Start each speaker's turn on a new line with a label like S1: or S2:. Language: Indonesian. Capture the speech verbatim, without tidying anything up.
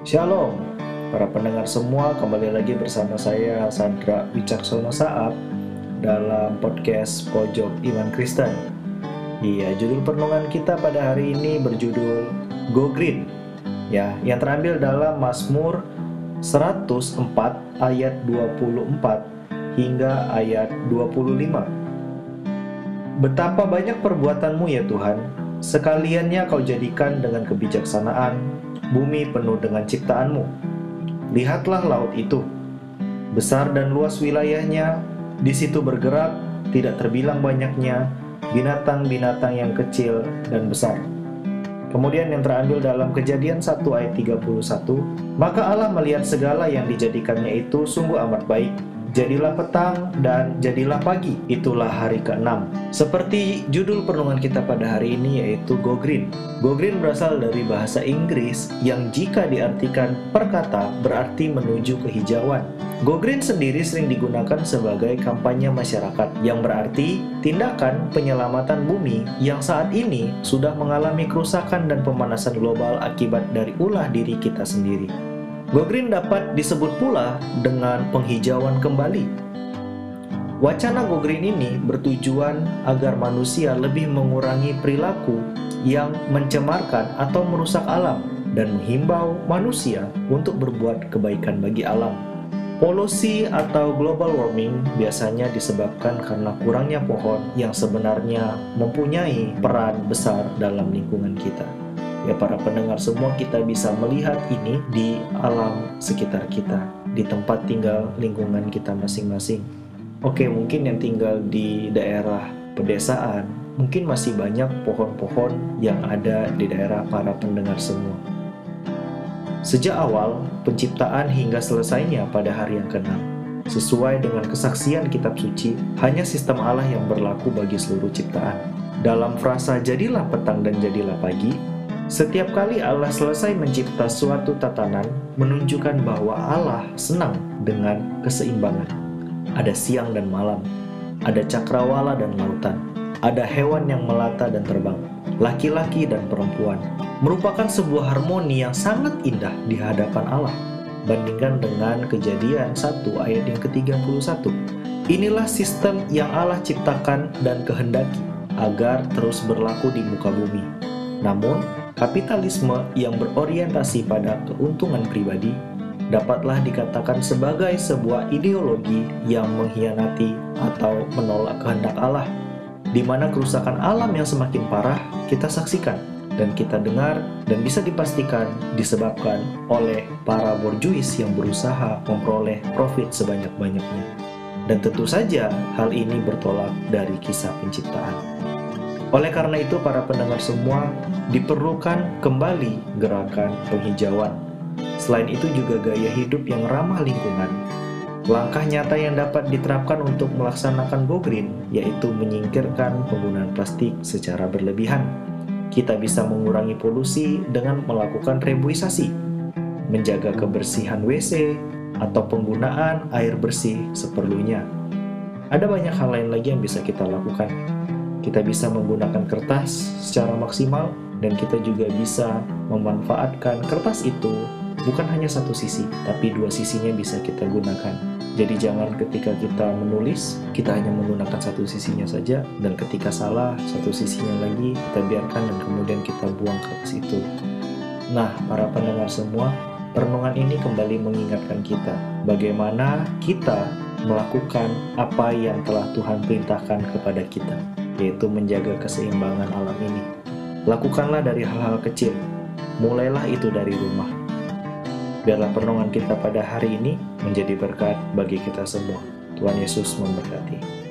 S1: Shalom, para pendengar semua, kembali lagi bersama saya Sandra Wicaksono Saab dalam podcast Pojok Iman Kristen. Iya, judul perenungan kita pada hari ini berjudul Go Green, ya, yang terambil dalam Mazmur seratus empat ayat dua puluh empat hingga ayat dua puluh lima. Betapa banyak perbuatanmu ya Tuhan, sekaliannya kau jadikan dengan kebijaksanaan bumi penuh dengan ciptaanmu. Lihatlah laut itu, besar dan luas wilayahnya, di situ bergerak, tidak terbilang banyaknya, binatang-binatang yang kecil dan besar. Kemudian yang terambil dalam Kejadian satu ayat tiga puluh satu, maka Allah melihat segala yang dijadikannya itu sungguh amat baik. Jadilah petang dan jadilah pagi, itulah hari keenam. Seperti judul perenungan kita pada hari ini, yaitu Go Green. Go Green berasal dari bahasa Inggris yang jika diartikan per kata berarti menuju kehijauan. Go Green sendiri sering digunakan sebagai kampanye masyarakat, yang berarti tindakan penyelamatan bumi yang saat ini sudah mengalami kerusakan dan pemanasan global akibat dari ulah diri kita sendiri. Go Green dapat disebut pula dengan penghijauan kembali. Wacana Go Green ini bertujuan agar manusia lebih mengurangi perilaku yang mencemarkan atau merusak alam dan menghimbau manusia untuk berbuat kebaikan bagi alam. Polusi atau global warming biasanya disebabkan karena kurangnya pohon yang sebenarnya mempunyai peran besar dalam lingkungan kita. Ya, para pendengar semua, kita bisa melihat ini di alam sekitar kita, di tempat tinggal lingkungan kita masing-masing. Oke, mungkin yang tinggal di daerah pedesaan, mungkin masih banyak pohon-pohon yang ada di daerah para pendengar semua. Sejak awal penciptaan hingga selesainya pada hari yang keenam, sesuai dengan kesaksian kitab suci, hanya sistem Allah yang berlaku bagi seluruh ciptaan. Dalam frasa jadilah petang dan jadilah pagi, setiap kali Allah selesai mencipta suatu tatanan, menunjukkan bahwa Allah senang dengan keseimbangan. Ada siang dan malam, ada cakrawala dan lautan, ada hewan yang melata dan terbang, laki-laki dan perempuan, merupakan sebuah harmoni yang sangat indah di hadapan Allah. Bandingkan dengan Kejadian satu ayat yang ke tiga puluh satu. Inilah sistem yang Allah ciptakan dan kehendaki agar terus berlaku di muka bumi. Namun, kapitalisme yang berorientasi pada keuntungan pribadi dapatlah dikatakan sebagai sebuah ideologi yang mengkhianati atau menolak kehendak Allah, di mana kerusakan alam yang semakin parah kita saksikan dan kita dengar, dan bisa dipastikan disebabkan oleh para borjuis yang berusaha memperoleh profit sebanyak-banyaknya. Dan tentu saja hal ini bertolak dari kisah penciptaan. Oleh karena itu, para pendengar semua, diperlukan kembali gerakan penghijauan. Selain itu juga gaya hidup yang ramah lingkungan. Langkah nyata yang dapat diterapkan untuk melaksanakan Go Green yaitu menyingkirkan penggunaan plastik secara berlebihan. Kita bisa mengurangi polusi dengan melakukan reboisasi, menjaga kebersihan W C, atau penggunaan air bersih seperlunya. Ada banyak hal lain lagi yang bisa kita lakukan. Kita bisa menggunakan kertas secara maksimal, dan kita juga bisa memanfaatkan kertas itu bukan hanya satu sisi, tapi dua sisinya bisa kita gunakan. Jadi jangan ketika kita menulis, kita hanya menggunakan satu sisinya saja, dan ketika salah, satu sisinya lagi kita biarkan dan kemudian kita buang kertas itu. Nah, para pendengar semua, perenungan ini kembali mengingatkan kita bagaimana kita melakukan apa yang telah Tuhan perintahkan kepada kita, yaitu menjaga keseimbangan alam ini. Lakukanlah dari hal-hal kecil, mulailah itu dari rumah. Biarlah perenungan kita pada hari ini menjadi berkat bagi kita semua. Tuhan Yesus memberkati.